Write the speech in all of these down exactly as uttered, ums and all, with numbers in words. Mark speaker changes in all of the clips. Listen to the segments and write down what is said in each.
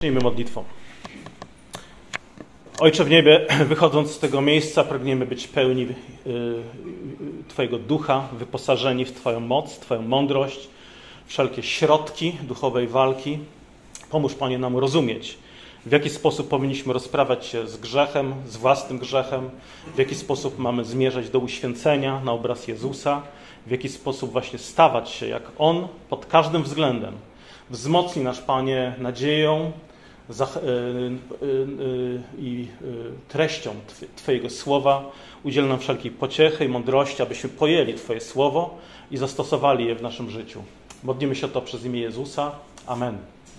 Speaker 1: Zacznijmy modlitwą. Ojcze w niebie, wychodząc z tego miejsca, pragniemy być pełni Twojego ducha, wyposażeni w Twoją moc, Twoją mądrość, wszelkie środki duchowej walki. Pomóż, Panie, nam rozumieć, w jaki sposób powinniśmy rozprawiać się z grzechem, z własnym grzechem, w jaki sposób mamy zmierzać do uświęcenia na obraz Jezusa, w jaki sposób właśnie stawać się jak On pod każdym względem. Wzmocnij nasz, Panie, nadzieją i treścią Twojego słowa. Udziel nam wszelkiej pociechy i mądrości, abyśmy pojęli Twoje słowo i zastosowali je w naszym życiu. Modlimy się o to przez imię Jezusa. Amen.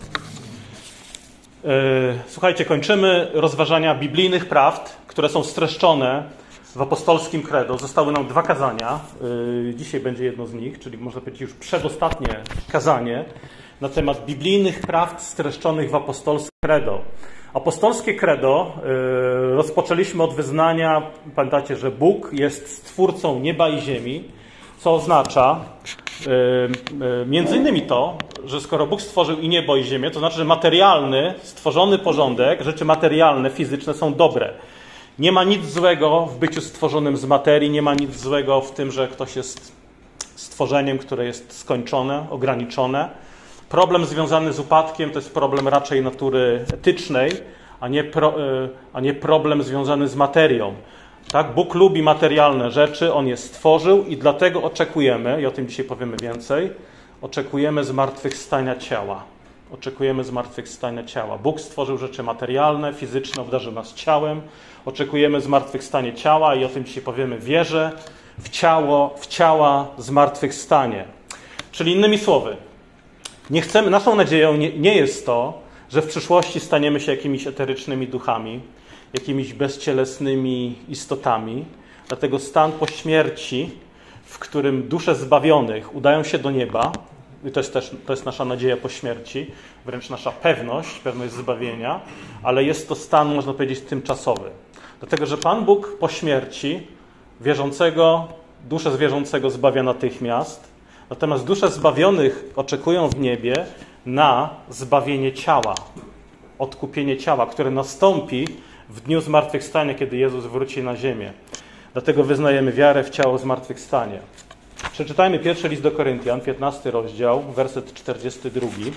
Speaker 1: Słuchajcie, kończymy rozważania biblijnych prawd, które są streszczone w apostolskim credo. Zostały nam dwa kazania. Dzisiaj będzie jedno z nich, czyli można powiedzieć już przedostatnie kazanie na temat biblijnych prawd streszczonych w apostolskim credo. Apostolskie credo rozpoczęliśmy od wyznania, pamiętacie, że Bóg jest stwórcą nieba i ziemi, co oznacza między innymi to, że skoro Bóg stworzył i niebo, i ziemię, to znaczy, że materialny, stworzony porządek, rzeczy materialne, fizyczne są dobre. Nie ma nic złego w byciu stworzonym z materii, nie ma nic złego w tym, że ktoś jest stworzeniem, które jest skończone, ograniczone. Problem związany z upadkiem to jest problem raczej natury etycznej, a nie, pro, a nie problem związany z materią. Tak? Bóg lubi materialne rzeczy, On je stworzył i dlatego oczekujemy, i o tym dzisiaj powiemy więcej, oczekujemy zmartwychwstania ciała. Oczekujemy zmartwychwstania ciała. Bóg stworzył rzeczy materialne, fizyczne, obdarzył nas ciałem. Oczekujemy zmartwychwstania ciała i o tym dzisiaj powiemy. Wierzę w ciało, w ciała zmartwychwstanie. Czyli innymi słowy, nie chcemy, naszą nadzieją nie, nie jest to, że w przyszłości staniemy się jakimiś eterycznymi duchami, jakimiś bezcielesnymi istotami. Dlatego stan po śmierci, w którym dusze zbawionych udają się do nieba, i to jest też to jest nasza nadzieja po śmierci, wręcz nasza pewność, pewność zbawienia, ale jest to stan, można powiedzieć, tymczasowy. Dlatego, że Pan Bóg po śmierci wierzącego, duszę zwierzącego zbawia natychmiast, natomiast dusze zbawionych oczekują w niebie na zbawienie ciała, odkupienie ciała, które nastąpi w dniu zmartwychwstania, kiedy Jezus wróci na ziemię. Dlatego wyznajemy wiarę w ciało zmartwychwstania. Przeczytajmy pierwszy list do Koryntian, piętnasty rozdział, werset czterdziesty drugi.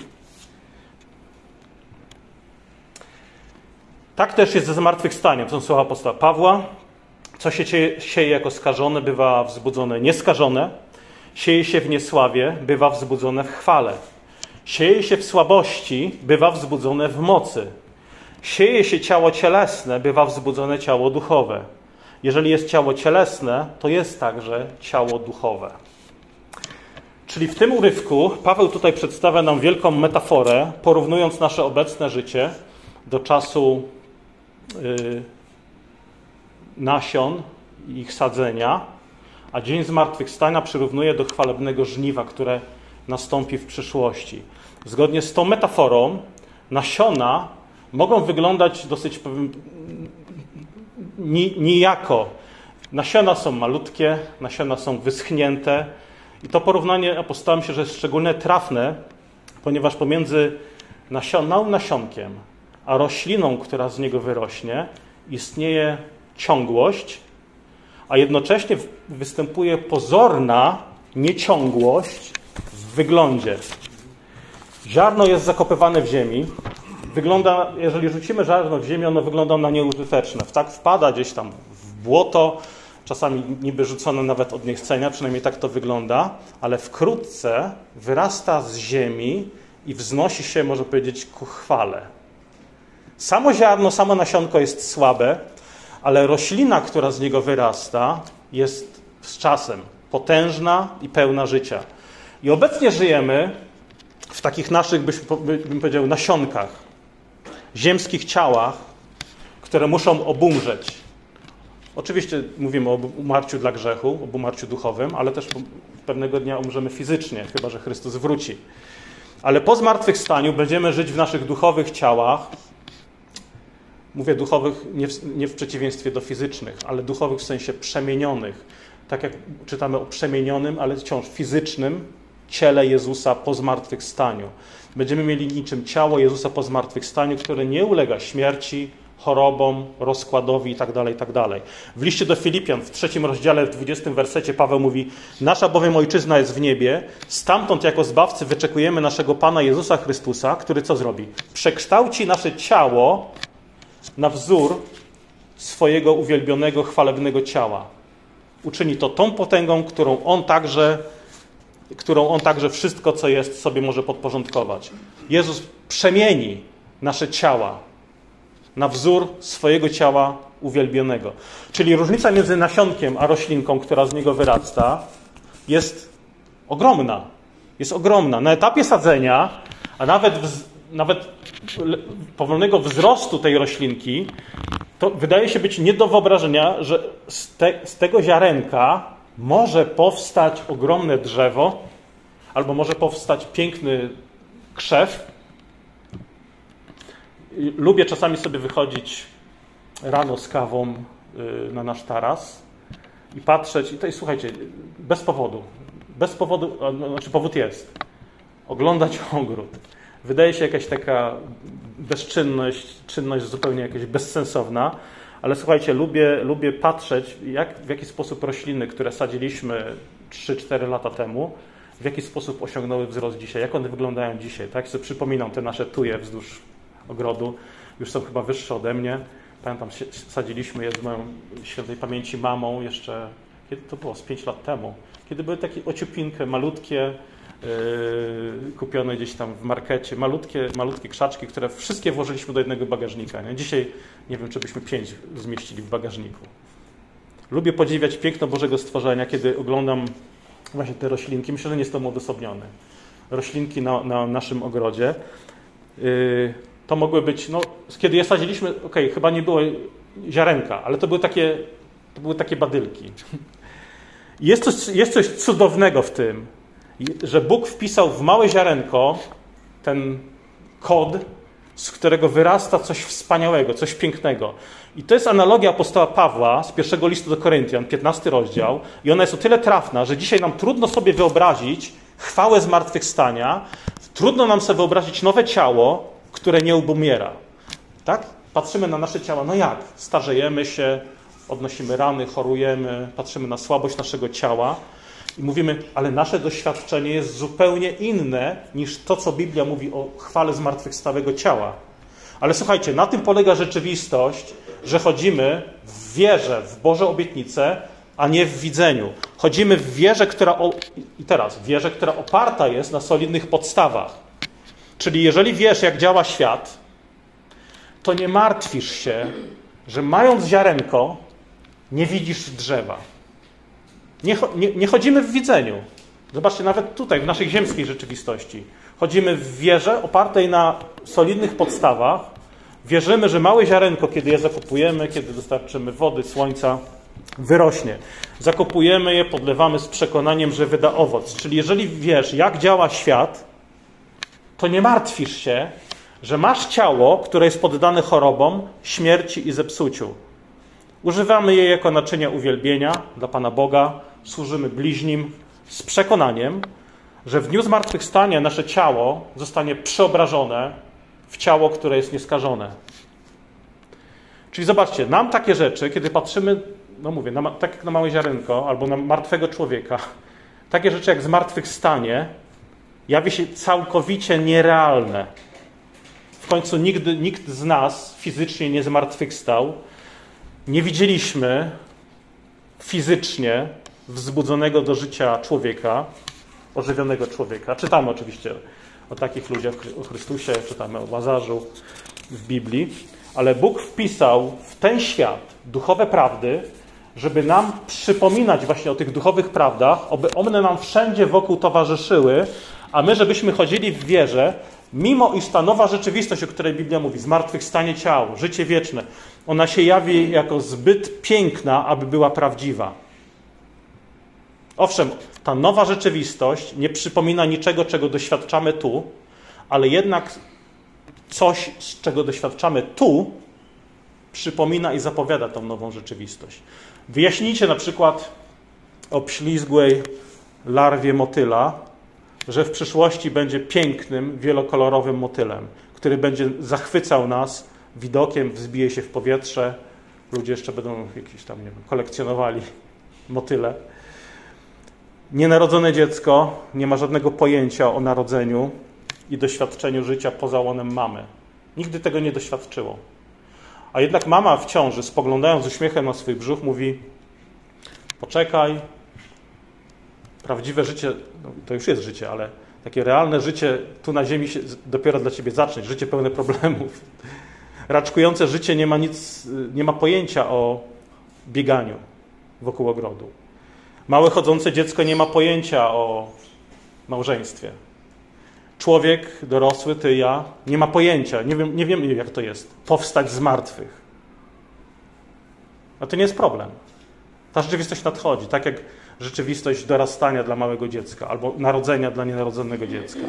Speaker 1: Tak też jest ze zmartwychwstaniem. To są słowa apostoła Pawła. Co się sieje jako skażone, bywa wzbudzone nieskażone. Sieje się w niesławie, bywa wzbudzone w chwale. Sieje się w słabości, bywa wzbudzone w mocy. Sieje się ciało cielesne, bywa wzbudzone ciało duchowe. Jeżeli jest ciało cielesne, to jest także ciało duchowe. Czyli w tym urywku Paweł tutaj przedstawia nam wielką metaforę, porównując nasze obecne życie do czasu yy, nasion i ich sadzenia, a dzień zmartwychwstania przyrównuje do chwalebnego żniwa, które nastąpi w przyszłości. Zgodnie z tą metaforą nasiona mogą wyglądać dosyć, powiem, nijako. Nasiona są malutkie, nasiona są wyschnięte i to porównanie postaram się, że jest szczególnie trafne, ponieważ pomiędzy nasioną, nasionkiem, a rośliną, która z niego wyrośnie, istnieje ciągłość, a jednocześnie występuje pozorna nieciągłość w wyglądzie. Ziarno jest zakopywane w ziemi. Wygląda, jeżeli rzucimy ziarno w ziemię, ono wygląda na nieużyteczne. Tak wpada gdzieś tam w błoto, czasami niby rzucone nawet od niechcenia, przynajmniej tak to wygląda, ale wkrótce wyrasta z ziemi i wznosi się, można powiedzieć, ku chwale. Samo ziarno, samo nasionko jest słabe, ale roślina, która z niego wyrasta, jest z czasem potężna i pełna życia. I obecnie żyjemy w takich naszych, bym powiedział, nasionkach, ziemskich ciałach, które muszą obumrzeć. Oczywiście mówimy o umarciu dla grzechu, o umarciu duchowym, ale też pewnego dnia umrzemy fizycznie, chyba że Chrystus wróci. Ale po zmartwychwstaniu będziemy żyć w naszych duchowych ciałach. Mówię duchowych nie w, nie w przeciwieństwie do fizycznych, ale duchowych w sensie przemienionych. Tak jak czytamy o przemienionym, ale wciąż fizycznym ciele Jezusa po zmartwychwstaniu. Będziemy mieli niczym ciało Jezusa po zmartwychwstaniu, które nie ulega śmierci, chorobom, rozkładowi itd., itd. W liście do Filipian w trzecim rozdziale, w dwudziestym wersecie Paweł mówi: nasza bowiem ojczyzna jest w niebie, stamtąd jako zbawcy wyczekujemy naszego Pana Jezusa Chrystusa, który co zrobi? Przekształci nasze ciało na wzór swojego uwielbionego, chwalebnego ciała. Uczyni to tą potęgą, którą On także, którą On także wszystko, co jest, sobie może podporządkować. Jezus przemieni nasze ciała na wzór swojego ciała uwielbionego. Czyli różnica między nasionkiem a roślinką, która z niego wyrasta, jest ogromna. Jest ogromna. Na etapie sadzenia, a nawet, w, nawet powolnego wzrostu tej roślinki, to wydaje się być nie do wyobrażenia, że z, te, z tego ziarenka może powstać ogromne drzewo, albo może powstać piękny krzew. Lubię czasami sobie wychodzić rano z kawą na nasz taras i patrzeć, i to jest, słuchajcie, bez powodu, bez powodu, znaczy powód jest, oglądać ogród. Wydaje się jakaś taka bezczynność, czynność zupełnie jakaś bezsensowna, ale słuchajcie, lubię, lubię patrzeć, jak, w jaki sposób rośliny, które sadziliśmy trzy cztery lata temu, w jaki sposób osiągnęły wzrost dzisiaj, jak one wyglądają dzisiaj. Tak sobie przypominam te nasze tuje wzdłuż ogrodu, już są chyba wyższe ode mnie. Pamiętam, sadziliśmy je z moją świętej pamięci mamą jeszcze, kiedy to było, z pięć lat temu, kiedy były takie ociupinkę, malutkie, yy, kupione gdzieś tam w markecie, malutkie, malutkie krzaczki, które wszystkie włożyliśmy do jednego bagażnika. Nie? Dzisiaj nie wiem, czy byśmy pięć zmieścili w bagażniku. Lubię podziwiać piękno Bożego stworzenia, kiedy oglądam właśnie te roślinki. Myślę, że nie są odosobnione. Roślinki na, na naszym ogrodzie. Yy, to mogły być, no, kiedy je sadziliśmy, okej, okay, chyba nie było ziarenka, ale to były takie, to były takie badylki. Jest coś, jest coś cudownego w tym, że Bóg wpisał w małe ziarenko ten kod, z którego wyrasta coś wspaniałego, coś pięknego. I to jest analogia apostoła Pawła z pierwszego listu do Koryntian, piętnasty rozdział. I ona jest o tyle trafna, że dzisiaj nam trudno sobie wyobrazić chwałę zmartwychwstania, trudno nam sobie wyobrazić nowe ciało, które nie obumiera. Tak? Patrzymy na nasze ciała, no jak? Starzejemy się, odnosimy rany, chorujemy, patrzymy na słabość naszego ciała i mówimy, ale nasze doświadczenie jest zupełnie inne niż to, co Biblia mówi o chwale zmartwychwstałego ciała. Ale słuchajcie, na tym polega rzeczywistość, że chodzimy w wierze w Boże obietnice, a nie w widzeniu. Chodzimy w wierze, która, o... i teraz, wierze, która oparta jest na solidnych podstawach. Czyli jeżeli wiesz, jak działa świat, to nie martwisz się, że mając ziarenko, nie widzisz drzewa. Nie, nie, nie chodzimy w widzeniu. Zobaczcie, nawet tutaj, w naszej ziemskiej rzeczywistości. Chodzimy w wierze opartej na solidnych podstawach. Wierzymy, że małe ziarenko, kiedy je zakopujemy, kiedy dostarczymy wody, słońca, wyrośnie. Zakopujemy je, podlewamy z przekonaniem, że wyda owoc. Czyli jeżeli wiesz, jak działa świat, to nie martwisz się, że masz ciało, które jest poddane chorobom, śmierci i zepsuciu. Używamy je jako naczynia uwielbienia dla Pana Boga, służymy bliźnim z przekonaniem, że w dniu zmartwychwstania nasze ciało zostanie przeobrażone w ciało, które jest nieskażone. Czyli zobaczcie, nam takie rzeczy, kiedy patrzymy, no mówię, na, tak jak na małe ziarenko albo na martwego człowieka, takie rzeczy jak zmartwychwstanie jawi się całkowicie nierealne. W końcu nigdy, nikt z nas fizycznie nie zmartwychwstał. Nie widzieliśmy fizycznie wzbudzonego do życia człowieka, ożywionego człowieka. Czytamy oczywiście o takich ludziach, o Chrystusie, czytamy o Łazarzu w Biblii, ale Bóg wpisał w ten świat duchowe prawdy, żeby nam przypominać właśnie o tych duchowych prawdach, aby one nam wszędzie wokół towarzyszyły, a my, żebyśmy chodzili w wierze, mimo iż ta nowa rzeczywistość, o której Biblia mówi, zmartwychwstanie ciał, życie wieczne, ona się jawi jako zbyt piękna, aby była prawdziwa. Owszem, ta nowa rzeczywistość nie przypomina niczego, czego doświadczamy tu, ale jednak coś, z czego doświadczamy tu, przypomina i zapowiada tą nową rzeczywistość. Wyjaśnijcie na przykład o ślizgłej larwie motyla, że w przyszłości będzie pięknym, wielokolorowym motylem, który będzie zachwycał nas widokiem, wzbije się w powietrze. Ludzie jeszcze będą jakieś tam, nie wiem, kolekcjonowali motyle. Nienarodzone dziecko nie ma żadnego pojęcia o narodzeniu i doświadczeniu życia poza łonem mamy. Nigdy tego nie doświadczyło. A jednak mama w ciąży, spoglądając z uśmiechem na swój brzuch, mówi: poczekaj, prawdziwe życie, no to już jest życie, ale takie realne życie tu na ziemi się dopiero dla ciebie zacznie, życie pełne problemów. Raczkujące życie nie ma nic, nie ma pojęcia o bieganiu wokół ogrodu. Małe chodzące dziecko nie ma pojęcia o małżeństwie. Człowiek dorosły, ty, ja, nie ma pojęcia, nie wiem, nie wiem jak to jest, powstać z martwych. A to nie jest problem. Ta rzeczywistość nadchodzi, tak jak rzeczywistość dorastania dla małego dziecka albo narodzenia dla nienarodzonego dziecka.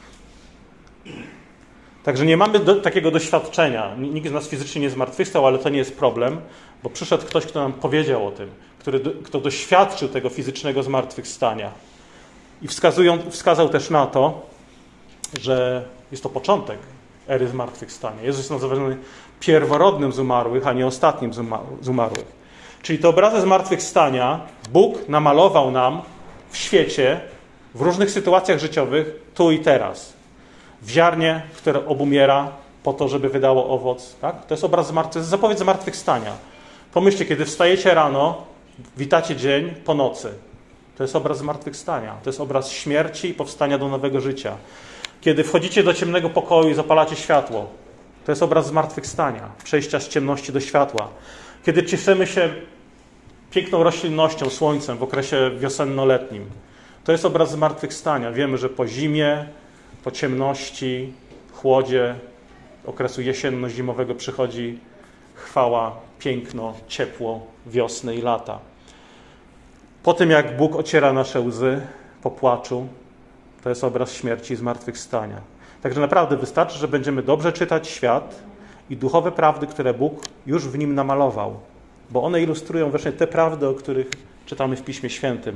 Speaker 1: Także nie mamy do, takiego doświadczenia. Nikt z nas fizycznie nie zmartwychwstał, ale to nie jest problem, bo przyszedł ktoś, kto nam powiedział o tym, który, kto doświadczył tego fizycznego zmartwychwstania. I wskazują, wskazał też na to, że jest to początek ery zmartwychwstania. Jezus jest nazywany pierworodnym z umarłych, a nie ostatnim z umarłych. Czyli te obrazy zmartwychwstania Bóg namalował nam w świecie, w różnych sytuacjach życiowych, tu i teraz. W ziarnie, które obumiera po to, żeby wydało owoc. Tak? To jest obraz zmartwychwstania, to jest zapowiedź zmartwychwstania. Pomyślcie, kiedy wstajecie rano, witacie dzień po nocy. To jest obraz zmartwychwstania. To jest obraz śmierci i powstania do nowego życia. Kiedy wchodzicie do ciemnego pokoju i zapalacie światło, to jest obraz zmartwychwstania, przejścia z ciemności do światła. Kiedy cieszymy się piękną roślinnością, słońcem w okresie wiosenno-letnim, to jest obraz zmartwychwstania. Wiemy, że po zimie, po ciemności, chłodzie, okresu jesienno-zimowego przychodzi chwała, piękno, ciepło wiosny i lata. Po tym, jak Bóg ociera nasze łzy po płaczu, to jest obraz śmierci i zmartwychwstania. Także naprawdę wystarczy, że będziemy dobrze czytać świat i duchowe prawdy, które Bóg już w nim namalował, bo one ilustrują właśnie te prawdy, o których czytamy w Piśmie Świętym.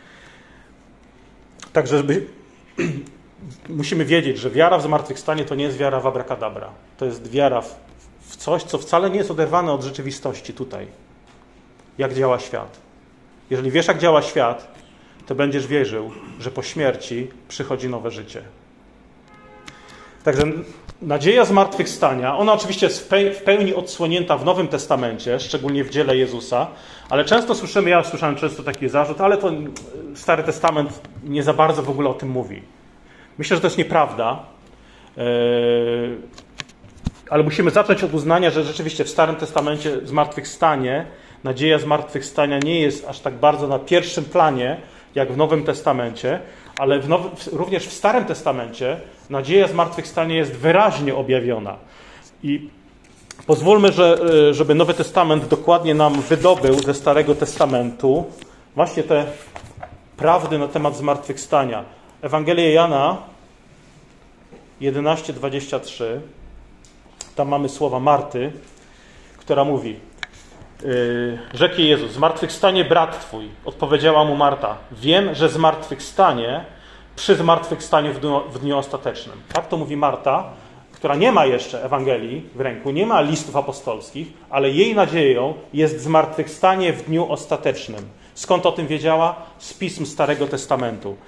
Speaker 1: Także żeby... musimy wiedzieć, że wiara w zmartwychwstanie to nie jest wiara w abracadabra. To jest wiara w, w coś, co wcale nie jest oderwane od rzeczywistości tutaj. Jak działa świat. Jeżeli wiesz, jak działa świat, to będziesz wierzył, że po śmierci przychodzi nowe życie. Także nadzieja zmartwychwstania, ona oczywiście jest w pełni odsłonięta w Nowym Testamencie, szczególnie w dziele Jezusa, ale często słyszymy, ja słyszałem często taki zarzut, ale to Stary Testament nie za bardzo w ogóle o tym mówi. Myślę, że to jest nieprawda, ale musimy zacząć od uznania, że rzeczywiście w Starym Testamencie zmartwychwstanie, nadzieja zmartwychwstania nie jest aż tak bardzo na pierwszym planie, jak w Nowym Testamencie, ale w Nowym, również w Starym Testamencie nadzieja zmartwychwstania jest wyraźnie objawiona. I pozwólmy, że, żeby Nowy Testament dokładnie nam wydobył ze Starego Testamentu właśnie te prawdy na temat zmartwychwstania. Ewangelia Jana jedenaście dwadzieścia trzy. Tam mamy słowa Marty, która mówi: Yy, rzekł jej Jezus: zmartwychwstanie brat twój. Odpowiedziała mu Marta: wiem, że zmartwychwstanie przy zmartwychwstaniu w dniu, w dniu ostatecznym. Tak to mówi Marta, która nie ma jeszcze Ewangelii w ręku, nie ma listów apostolskich, ale jej nadzieją jest zmartwychwstanie w dniu ostatecznym. Skąd o tym wiedziała? Z pism Starego Testamentu.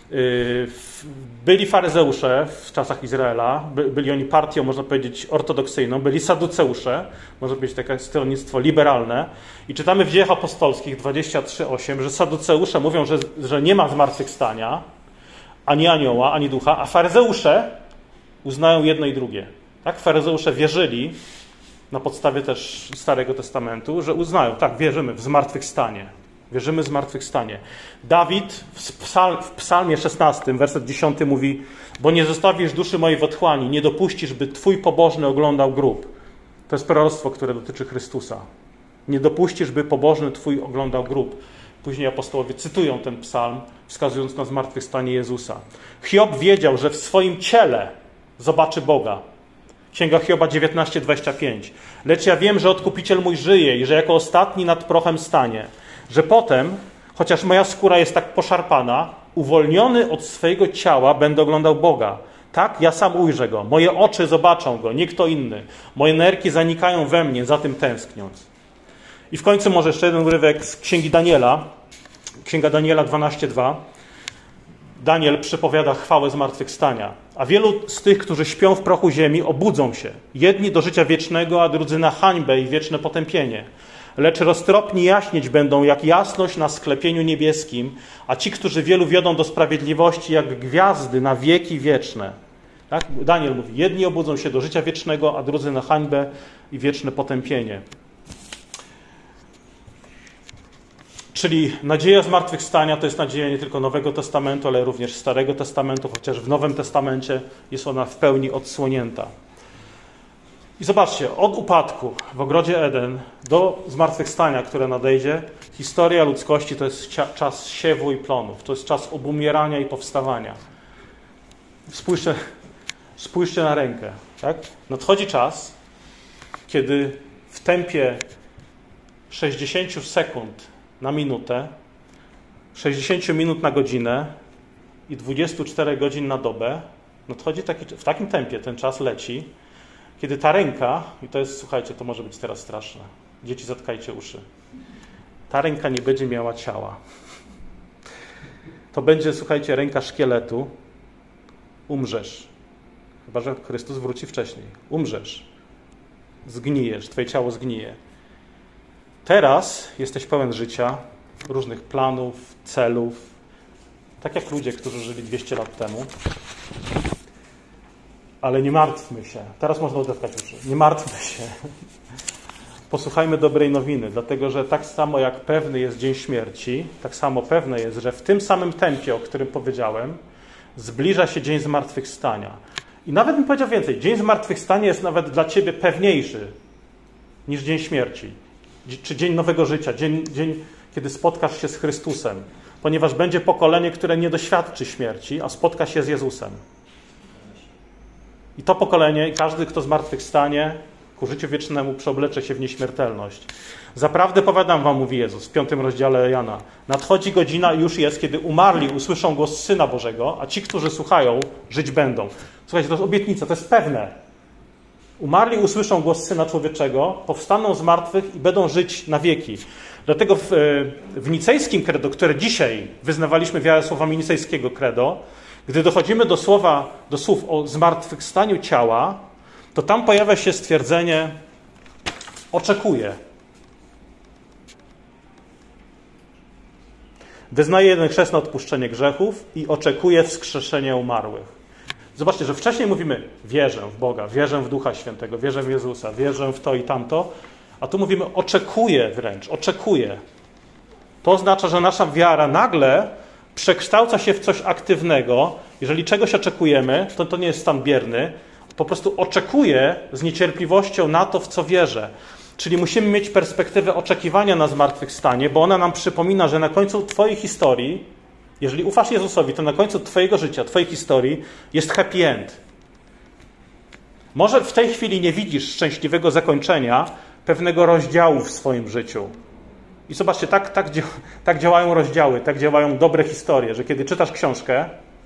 Speaker 1: Byli faryzeusze w czasach Izraela, byli oni partią, można powiedzieć, ortodoksyjną, byli saduceusze, może być takie stronnictwo liberalne. I czytamy w Dziejach Apostolskich dwadzieścia trzy osiem, że saduceusze mówią, że, że nie ma zmartwychwstania, ani anioła, ani ducha, a faryzeusze uznają jedno i drugie. Tak? Faryzeusze wierzyli, na podstawie też Starego Testamentu, że uznają, tak, wierzymy w zmartwychwstanie. Wierzymy w zmartwychwstanie. Dawid w, psal, w psalmie szesnastym, werset dziesiąty mówi: bo nie zostawisz duszy mojej w otchłani, nie dopuścisz, by twój pobożny oglądał grób. To jest proroctwo, które dotyczy Chrystusa. Nie dopuścisz, by pobożny twój oglądał grób. Później apostołowie cytują ten psalm, wskazując na zmartwychwstanie Jezusa. Hiob wiedział, że w swoim ciele zobaczy Boga. Księga Hioba dziewiętnaście dwadzieścia pięć. Lecz ja wiem, że Odkupiciel mój żyje i że jako ostatni nad prochem stanie. Że potem, chociaż moja skóra jest tak poszarpana, uwolniony od swojego ciała będę oglądał Boga. Tak, ja sam ujrzę Go. Moje oczy zobaczą Go, nie kto inny. Moje nerki zanikają we mnie, za tym tęskniąc. I w końcu może jeszcze jeden urywek z Księgi Daniela. Księga Daniela dwanaście dwa. Daniel przepowiada chwałę zmartwychwstania. A wielu z tych, którzy śpią w prochu ziemi, obudzą się. Jedni do życia wiecznego, a drudzy na hańbę i wieczne potępienie. Lecz roztropni jaśnieć będą jak jasność na sklepieniu niebieskim, a ci, którzy wielu wiodą do sprawiedliwości, jak gwiazdy na wieki wieczne. Tak? Daniel mówi, jedni obudzą się do życia wiecznego, a drudzy na hańbę i wieczne potępienie. Czyli nadzieja zmartwychwstania to jest nadzieja nie tylko Nowego Testamentu, ale również Starego Testamentu, chociaż w Nowym Testamencie jest ona w pełni odsłonięta. I zobaczcie, od upadku w ogrodzie Eden do zmartwychwstania, które nadejdzie, historia ludzkości to jest czas siewu i plonów, to jest czas obumierania i powstawania. Spójrzcie, spójrzcie na rękę. Tak? Nadchodzi czas, kiedy w tempie sześćdziesiąt sekund na minutę, sześćdziesiąt minut na godzinę i dwadzieścia cztery godzin na dobę, nadchodzi taki, w takim tempie ten czas leci, kiedy ta ręka, i to jest, słuchajcie, to może być teraz straszne, dzieci zatkajcie uszy, ta ręka nie będzie miała ciała. To będzie, słuchajcie, ręka szkieletu, umrzesz. Chyba że Chrystus wróci wcześniej. Umrzesz. Zgnijesz, twoje ciało zgnije. Teraz jesteś pełen życia, różnych planów, celów, tak jak ludzie, którzy żyli dwieście lat temu. Ale nie martwmy się. Teraz można odetkać uszy. Nie martwmy się. Posłuchajmy dobrej nowiny, dlatego że tak samo jak pewny jest dzień śmierci, tak samo pewne jest, że w tym samym tempie, o którym powiedziałem, zbliża się dzień zmartwychwstania. I nawet bym powiedział więcej, dzień zmartwychwstania jest nawet dla ciebie pewniejszy niż dzień śmierci, czy dzień nowego życia, dzień, dzień kiedy spotkasz się z Chrystusem, ponieważ będzie pokolenie, które nie doświadczy śmierci, a spotka się z Jezusem. I to pokolenie, i każdy, kto zmartwychwstanie, ku życiu wiecznemu przeoblecze się w nieśmiertelność. Zaprawdę powiadam wam, mówi Jezus w piątym rozdziale Jana, nadchodzi godzina, już jest, kiedy umarli usłyszą głos Syna Bożego, a ci, którzy słuchają, żyć będą. Słuchajcie, to jest obietnica, to jest pewne. Umarli usłyszą głos Syna Człowieczego, powstaną z martwych i będą żyć na wieki. Dlatego w, w nicejskim credo, które dzisiaj wyznawaliśmy wiarę słowami nicejskiego credo, gdy dochodzimy do słowa, do słów o zmartwychwstaniu ciała, to tam pojawia się stwierdzenie oczekuję. Wyznaje jeden chrzest na odpuszczenie grzechów i oczekuje wskrzeszenia umarłych. Zobaczcie, że wcześniej mówimy wierzę w Boga, wierzę w Ducha Świętego, wierzę w Jezusa, wierzę w to i tamto, a tu mówimy oczekuję wręcz, oczekuję. To oznacza, że nasza wiara nagle przekształca się w coś aktywnego. Jeżeli czegoś oczekujemy, to to nie jest stan bierny. Po prostu oczekuję z niecierpliwością na to, w co wierzę. Czyli musimy mieć perspektywę oczekiwania na zmartwychwstanie, bo ona nam przypomina, że na końcu twojej historii, jeżeli ufasz Jezusowi, to na końcu twojego życia, twojej historii jest happy end. Może w tej chwili nie widzisz szczęśliwego zakończenia pewnego rozdziału w swoim życiu. I zobaczcie, tak, tak, tak działają rozdziały, tak działają dobre historie, że kiedy czytasz książkę,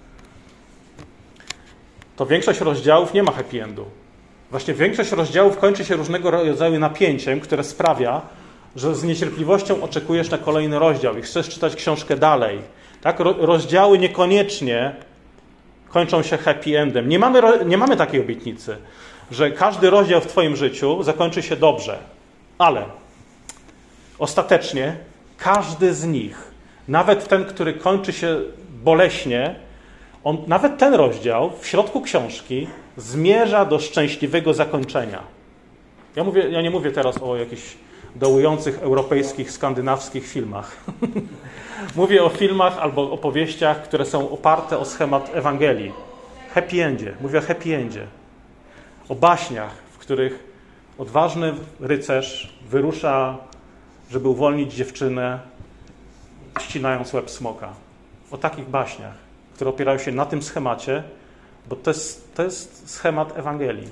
Speaker 1: to większość rozdziałów nie ma happy endu. Właśnie większość rozdziałów kończy się różnego rodzaju napięciem, które sprawia, że z niecierpliwością oczekujesz na kolejny rozdział i chcesz czytać książkę dalej. Tak? Rozdziały niekoniecznie kończą się happy endem. Nie mamy, nie mamy takiej obietnicy, że każdy rozdział w twoim życiu zakończy się dobrze. Ale ostatecznie każdy z nich, nawet ten, który kończy się boleśnie, on, nawet ten rozdział w środku książki zmierza do szczęśliwego zakończenia. Ja, mówię, ja nie mówię teraz o jakichś dołujących europejskich, skandynawskich filmach. Mówię o filmach albo opowieściach, które są oparte o schemat Ewangelii. Happy endzie. Mówię o happy endzie. O baśniach, w których odważny rycerz wyrusza, żeby uwolnić dziewczynę, ścinając łeb smoka. O takich baśniach, które opierają się na tym schemacie, bo to jest, to jest schemat Ewangelii.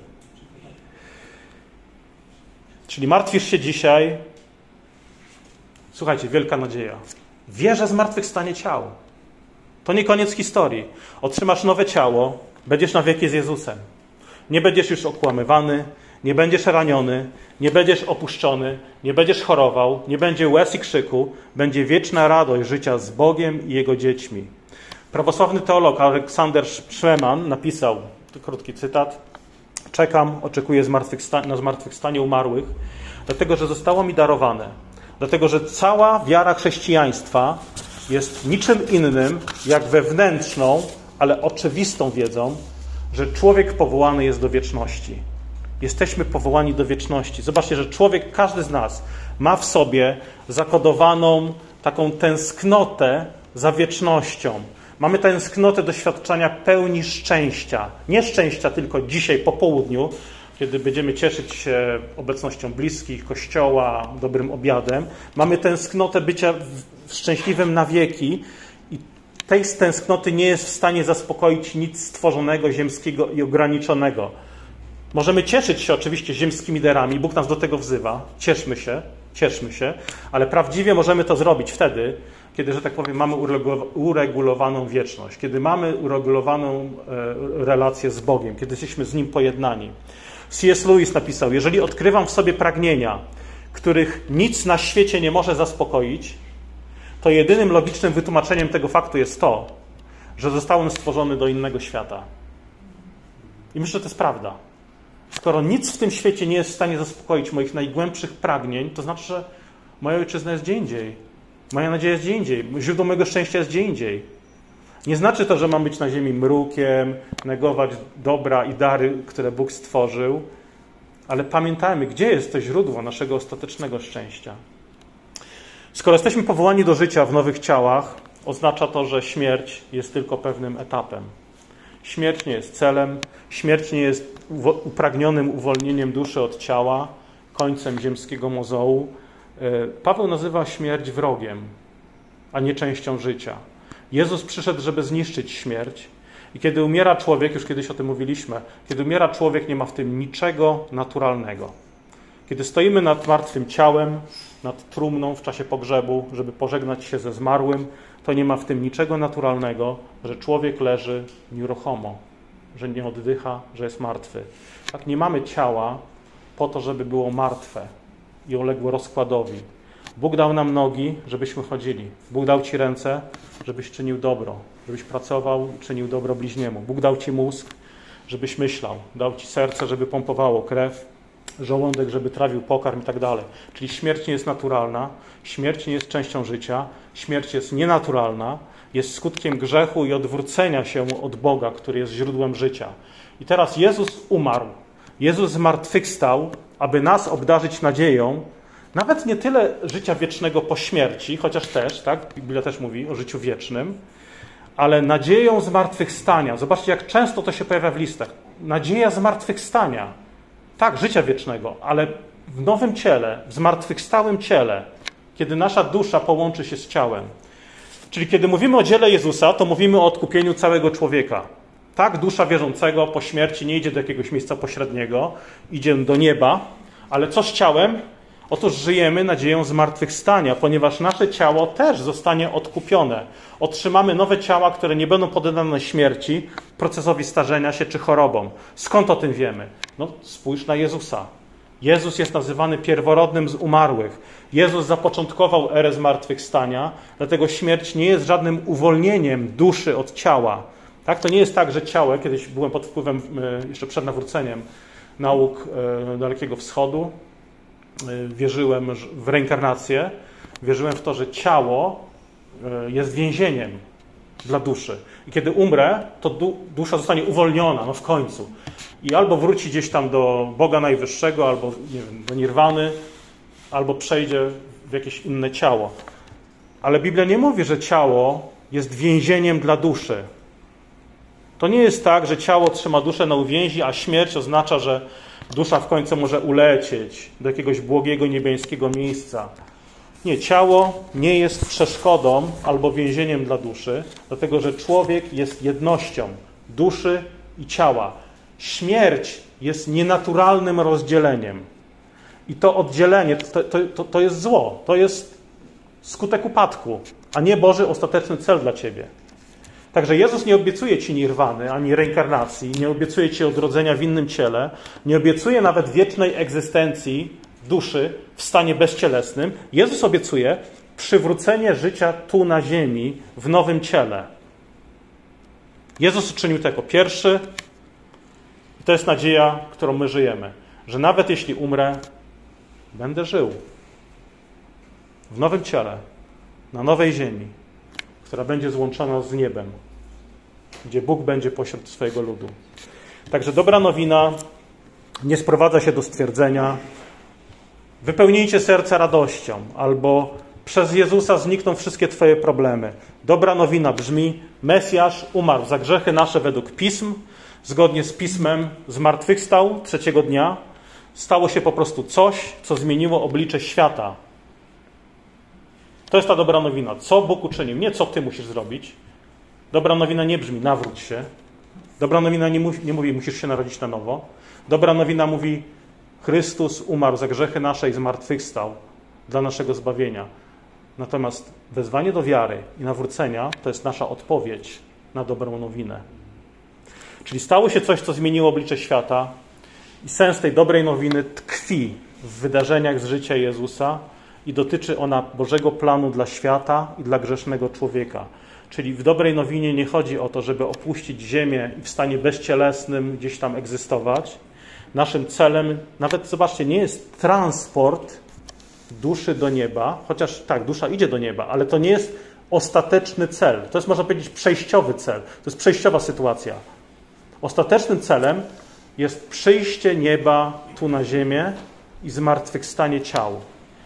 Speaker 1: Czyli martwisz się dzisiaj. Słuchajcie, wielka nadzieja. Wierzę w zmartwychwstanie ciał. To nie koniec historii. Otrzymasz nowe ciało, będziesz na wieki z Jezusem. Nie będziesz już okłamywany, nie będziesz raniony, nie będziesz opuszczony, nie będziesz chorował, nie będzie łez i krzyku, będzie wieczna radość życia z Bogiem i Jego dziećmi. Prawosławny teolog Aleksander Szweman napisał, to krótki cytat: czekam, oczekuję zmartwychwsta- na zmartwychwstanie umarłych, dlatego że zostało mi darowane, dlatego że cała wiara chrześcijaństwa jest niczym innym jak wewnętrzną, ale oczywistą wiedzą, że człowiek powołany jest do wieczności. Jesteśmy powołani do wieczności. Zobaczcie, że człowiek, każdy z nas ma w sobie zakodowaną taką tęsknotę za wiecznością. Mamy tęsknotę doświadczenia pełni szczęścia. Nie szczęścia tylko dzisiaj po południu, kiedy będziemy cieszyć się obecnością bliskich, kościoła, dobrym obiadem. Mamy tęsknotę bycia szczęśliwym na wieki i tej tęsknoty nie jest w stanie zaspokoić nic stworzonego, ziemskiego i ograniczonego. Możemy cieszyć się oczywiście ziemskimi darami, Bóg nas do tego wzywa, cieszmy się, cieszmy się, ale prawdziwie możemy to zrobić wtedy, kiedy, że tak powiem, mamy uregulowaną wieczność, kiedy mamy uregulowaną relację z Bogiem, kiedy jesteśmy z Nim pojednani. C S Lewis napisał: jeżeli odkrywam w sobie pragnienia, których nic na świecie nie może zaspokoić, to jedynym logicznym wytłumaczeniem tego faktu jest to, że zostałem stworzony do innego świata. I myślę, że to jest prawda. Skoro nic w tym świecie nie jest w stanie zaspokoić moich najgłębszych pragnień, to znaczy, że moja ojczyzna jest gdzie indziej. Moja nadzieja jest gdzie indziej. Źródło mojego szczęścia jest gdzie indziej. Nie znaczy to, że mam być na ziemi mrukiem, negować dobra i dary, które Bóg stworzył, ale pamiętajmy, gdzie jest to źródło naszego ostatecznego szczęścia. Skoro jesteśmy powołani do życia w nowych ciałach, oznacza to, że śmierć jest tylko pewnym etapem. Śmierć nie jest celem, śmierć nie jest upragnionym uwolnieniem duszy od ciała, końcem ziemskiego mozołu. Paweł nazywa śmierć wrogiem, a nie częścią życia. Jezus przyszedł, żeby zniszczyć śmierć i kiedy umiera człowiek, już kiedyś o tym mówiliśmy, kiedy umiera człowiek, nie ma w tym niczego naturalnego. Kiedy stoimy nad martwym ciałem, nad trumną w czasie pogrzebu, żeby pożegnać się ze zmarłym, to nie ma w tym niczego naturalnego, że człowiek leży nieruchomo, że nie oddycha, że jest martwy. Tak, nie mamy ciała po to, żeby było martwe i uległo rozkładowi. Bóg dał nam nogi, żebyśmy chodzili. Bóg dał Ci ręce, żebyś czynił dobro, żebyś pracował i czynił dobro bliźniemu. Bóg dał Ci mózg, żebyś myślał. Dał Ci serce, żeby pompowało krew, żołądek, żeby trawił pokarm i tak dalej. Czyli śmierć nie jest naturalna, śmierć nie jest częścią życia, śmierć jest nienaturalna, jest skutkiem grzechu i odwrócenia się od Boga, który jest źródłem życia. I teraz Jezus umarł, Jezus zmartwychwstał, aby nas obdarzyć nadzieją, nawet nie tyle życia wiecznego po śmierci, chociaż też, tak, Biblia też mówi o życiu wiecznym, ale nadzieją zmartwychwstania. Zobaczcie, jak często to się pojawia w listach. Nadzieja zmartwychwstania. Tak, życia wiecznego, ale w nowym ciele, w zmartwychwstałym ciele, kiedy nasza dusza połączy się z ciałem. Czyli kiedy mówimy o dziele Jezusa, to mówimy o odkupieniu całego człowieka. Tak, dusza wierzącego po śmierci nie idzie do jakiegoś miejsca pośredniego, idzie do nieba, ale co z ciałem? Otóż żyjemy nadzieją zmartwychwstania, ponieważ nasze ciało też zostanie odkupione. Otrzymamy nowe ciała, które nie będą poddane śmierci, procesowi starzenia się czy chorobom. Skąd o tym wiemy? No, spójrz na Jezusa. Jezus jest nazywany pierworodnym z umarłych. Jezus zapoczątkował erę zmartwychwstania, dlatego śmierć nie jest żadnym uwolnieniem duszy od ciała. Tak? To nie jest tak, że ciało, kiedyś byłem pod wpływem, jeszcze przed nawróceniem, nauk Dalekiego Wschodu, wierzyłem w reinkarnację, wierzyłem w to, że ciało jest więzieniem dla duszy. I kiedy umrę, to du- dusza zostanie uwolniona, no w końcu. I albo wróci gdzieś tam do Boga Najwyższego, albo nie wiem, do nirwany, albo przejdzie w jakieś inne ciało. Ale Biblia nie mówi, że ciało jest więzieniem dla duszy. To nie jest tak, że ciało trzyma duszę na uwięzi, a śmierć oznacza, że dusza w końcu może ulecieć do jakiegoś błogiego, niebiańskiego miejsca. Nie, ciało nie jest przeszkodą albo więzieniem dla duszy, dlatego że człowiek jest jednością duszy i ciała. Śmierć jest nienaturalnym rozdzieleniem. I to oddzielenie to, to, to, to jest zło. To jest skutek upadku, a nie Boży ostateczny cel dla ciebie. Także Jezus nie obiecuje ci nirwany, ani reinkarnacji, nie obiecuje ci odrodzenia w innym ciele, nie obiecuje nawet wiecznej egzystencji duszy w stanie bezcielesnym. Jezus obiecuje przywrócenie życia tu na ziemi, w nowym ciele. Jezus uczynił to jako pierwszy. I to jest nadzieja, którą my żyjemy. Że nawet jeśli umrę, będę żył w nowym ciele, na nowej ziemi, która będzie złączona z niebem, gdzie Bóg będzie pośród swojego ludu. Także dobra nowina nie sprowadza się do stwierdzenia: wypełnijcie serce radością, albo przez Jezusa znikną wszystkie twoje problemy. Dobra nowina brzmi: Mesjasz umarł za grzechy nasze według Pism, zgodnie z Pismem zmartwychwstał trzeciego dnia. Stało się po prostu coś, co zmieniło oblicze świata. To jest ta dobra nowina. Co Bóg uczynił? Nie co ty musisz zrobić. Dobra nowina nie brzmi: nawróć się. Dobra nowina nie mówi, nie mówi musisz się narodzić na nowo. Dobra nowina mówi: Chrystus umarł za grzechy nasze i zmartwychwstał dla naszego zbawienia. Natomiast wezwanie do wiary i nawrócenia to jest nasza odpowiedź na dobrą nowinę. Czyli stało się coś, co zmieniło oblicze świata, i sens tej dobrej nowiny tkwi w wydarzeniach z życia Jezusa i dotyczy ona Bożego planu dla świata i dla grzesznego człowieka. Czyli w dobrej nowinie nie chodzi o to, żeby opuścić ziemię i w stanie bezcielesnym gdzieś tam egzystować. Naszym celem, nawet zobaczcie, nie jest transport duszy do nieba, chociaż tak, dusza idzie do nieba, ale to nie jest ostateczny cel. To jest, można powiedzieć, przejściowy cel. To jest przejściowa sytuacja. Ostatecznym celem jest przyjście nieba tu na ziemię i zmartwychwstanie ciał.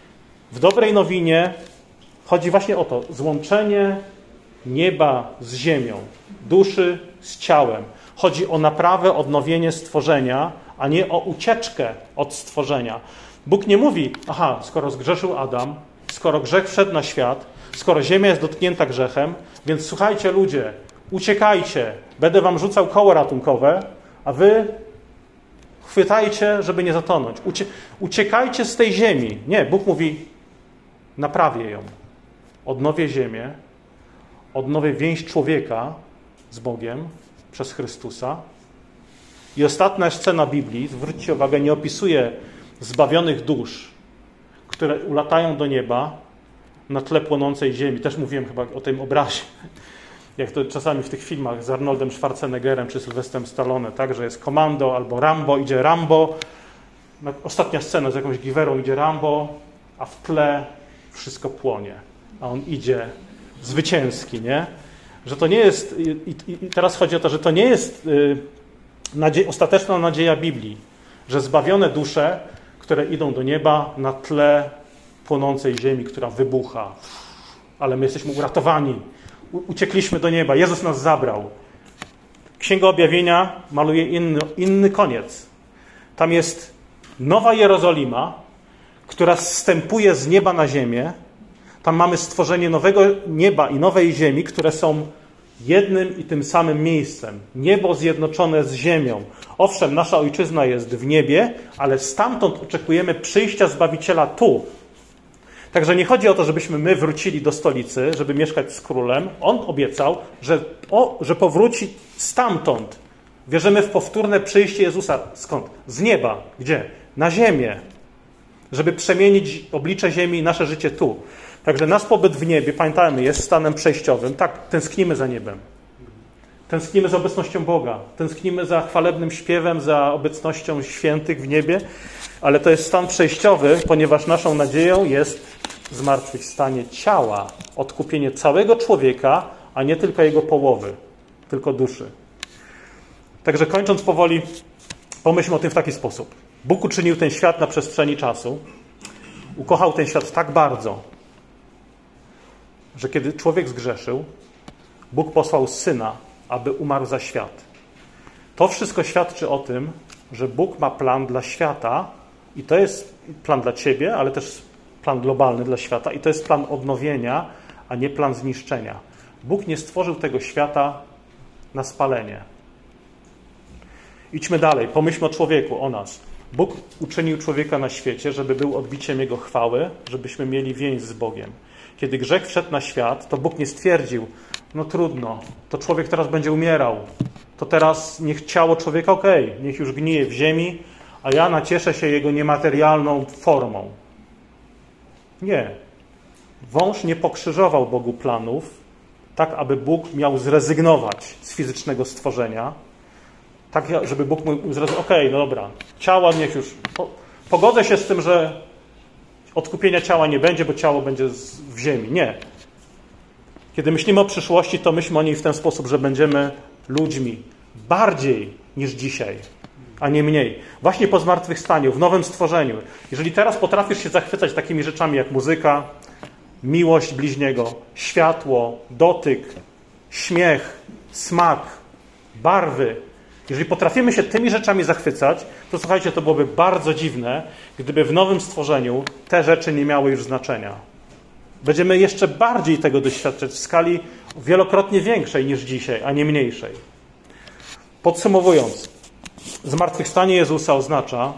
Speaker 1: W dobrej nowinie chodzi właśnie o to: złączenie nieba z ziemią, duszy z ciałem. Chodzi o naprawę, odnowienie stworzenia, a nie o ucieczkę od stworzenia. Bóg nie mówi: aha, skoro zgrzeszył Adam, skoro grzech wszedł na świat, skoro ziemia jest dotknięta grzechem, więc słuchajcie ludzie, uciekajcie, będę wam rzucał koło ratunkowe, a wy chwytajcie, żeby nie zatonąć. Ucie- uciekajcie z tej ziemi. Nie, Bóg mówi: naprawię ją, odnowię ziemię, odnowię więź człowieka z Bogiem przez Chrystusa. I ostatnia scena Biblii, zwróćcie uwagę, nie opisuje zbawionych dusz, które ulatają do nieba na tle płonącej ziemi. Też mówiłem chyba o tym obrazie, jak to czasami w tych filmach z Arnoldem Schwarzeneggerem czy Sylwestrem Stallone, tak, że jest komando albo Rambo, idzie Rambo, ostatnia scena z jakąś giwerą, idzie Rambo, a w tle wszystko płonie, a on idzie zwycięski, nie? Że to nie jest, i, i teraz chodzi o to, że to nie jest y, nadzie, ostateczna nadzieja Biblii, że zbawione dusze, które idą do nieba na tle płonącej ziemi, która wybucha, ale my jesteśmy uratowani, U, uciekliśmy do nieba, Jezus nas zabrał. Księga Objawienia maluje inny, inny koniec. Tam jest Nowa Jerozolima, która zstępuje z nieba na ziemię. Tam mamy stworzenie nowego nieba i nowej ziemi, które są jednym i tym samym miejscem. Niebo zjednoczone z ziemią. Owszem, nasza ojczyzna jest w niebie, ale stamtąd oczekujemy przyjścia Zbawiciela tu. Także nie chodzi o to, żebyśmy my wrócili do stolicy, żeby mieszkać z królem. On obiecał, że, o, że powróci stamtąd. Wierzymy w powtórne przyjście Jezusa. Skąd? Z nieba. Gdzie? Na ziemię. Żeby przemienić oblicze ziemi i nasze życie tu. Także nasz pobyt w niebie, pamiętajmy, jest stanem przejściowym. Tak, tęsknimy za niebem. Tęsknimy za obecnością Boga. Tęsknimy za chwalebnym śpiewem, za obecnością świętych w niebie. Ale to jest stan przejściowy, ponieważ naszą nadzieją jest zmartwychwstanie ciała. Odkupienie całego człowieka, a nie tylko jego połowy, tylko duszy. Także kończąc powoli, pomyślmy o tym w taki sposób. Bóg uczynił ten świat na przestrzeni czasu. Ukochał ten świat tak bardzo, że kiedy człowiek zgrzeszył, Bóg posłał Syna, aby umarł za świat. To wszystko świadczy o tym, że Bóg ma plan dla świata i to jest plan dla ciebie, ale też plan globalny dla świata i to jest plan odnowienia, a nie plan zniszczenia. Bóg nie stworzył tego świata na spalenie. Idźmy dalej, pomyślmy o człowieku, o nas. Bóg uczynił człowieka na świecie, żeby był odbiciem Jego chwały, żebyśmy mieli więź z Bogiem. Kiedy grzech wszedł na świat, to Bóg nie stwierdził: no trudno, to człowiek teraz będzie umierał. To teraz niech ciało człowieka, okej, okay, niech już gnije w ziemi, a ja nacieszę się jego niematerialną formą. Nie. Wąż nie pokrzyżował Bogu planów, tak aby Bóg miał zrezygnować z fizycznego stworzenia, tak żeby Bóg mógł zrezygnować, okej, okay, no dobra, ciała niech już, po, pogodzę się z tym, że odkupienia ciała nie będzie, bo ciało będzie z, w ziemi. Nie. Kiedy myślimy o przyszłości, to myślimy o niej w ten sposób, że będziemy ludźmi bardziej niż dzisiaj, a nie mniej. Właśnie po zmartwychwstaniu, w nowym stworzeniu. Jeżeli teraz potrafisz się zachwycać takimi rzeczami jak muzyka, miłość bliźniego, światło, dotyk, śmiech, smak, barwy. Jeżeli potrafimy się tymi rzeczami zachwycać, to słuchajcie, to byłoby bardzo dziwne, gdyby w nowym stworzeniu te rzeczy nie miały już znaczenia. Będziemy jeszcze bardziej tego doświadczać w skali wielokrotnie większej niż dzisiaj, a nie mniejszej. Podsumowując, zmartwychwstanie Jezusa oznacza,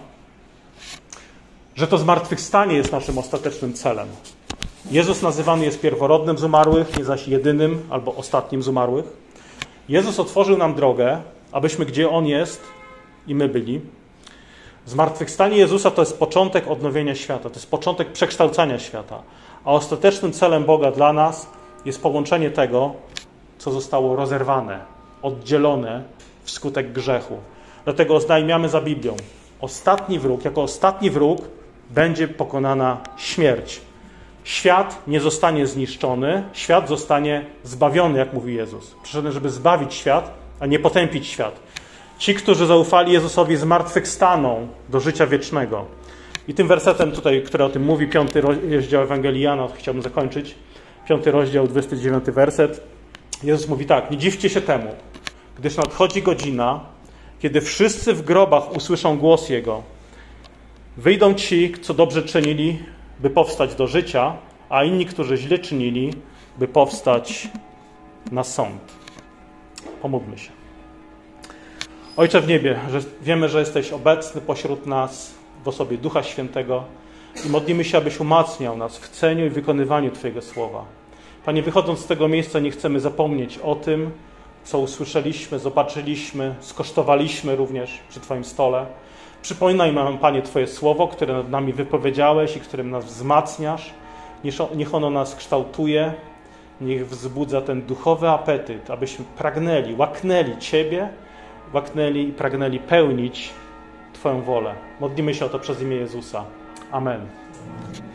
Speaker 1: że to zmartwychwstanie jest naszym ostatecznym celem. Jezus nazywany jest pierworodnym z umarłych, nie zaś jedynym albo ostatnim z umarłych. Jezus otworzył nam drogę, abyśmy gdzie On jest i my byli. Zmartwychwstanie Jezusa to jest początek odnowienia świata, to jest początek przekształcania świata, a ostatecznym celem Boga dla nas jest połączenie tego, co zostało rozerwane, oddzielone wskutek grzechu. Dlatego oznajmiamy za Biblią, ostatni wróg, jako ostatni wróg będzie pokonana śmierć. Świat nie zostanie zniszczony, świat zostanie zbawiony, jak mówi Jezus. Przyszedłem, żeby zbawić świat, a nie potępić świat. Ci, którzy zaufali Jezusowi, zmartwychwstaną do życia wiecznego. I tym wersetem tutaj, który o tym mówi, piąty rozdział Ewangelii Jana, chciałbym zakończyć, piąty rozdział, dwudziesty dziewiąty werset. Jezus mówi tak: nie dziwcie się temu, gdyż nadchodzi godzina, kiedy wszyscy w grobach usłyszą głos Jego. Wyjdą ci, co dobrze czynili, by powstać do życia, a inni, którzy źle czynili, by powstać na sąd. Pomódlmy się. Ojcze w niebie, że wiemy, że jesteś obecny pośród nas w osobie Ducha Świętego i modlimy się, abyś umacniał nas w ceniu i wykonywaniu Twojego słowa. Panie, wychodząc z tego miejsca, nie chcemy zapomnieć o tym, co usłyszeliśmy, zobaczyliśmy, skosztowaliśmy również przy Twoim stole. Przypominaj nam, Panie, Twoje słowo, które nad nami wypowiedziałeś i którym nas wzmacniasz. Niech ono nas kształtuje, niech wzbudza ten duchowy apetyt, abyśmy pragnęli, łaknęli Ciebie, łaknęli i pragnęli pełnić Twoją wolę. Modlimy się o to przez imię Jezusa. Amen.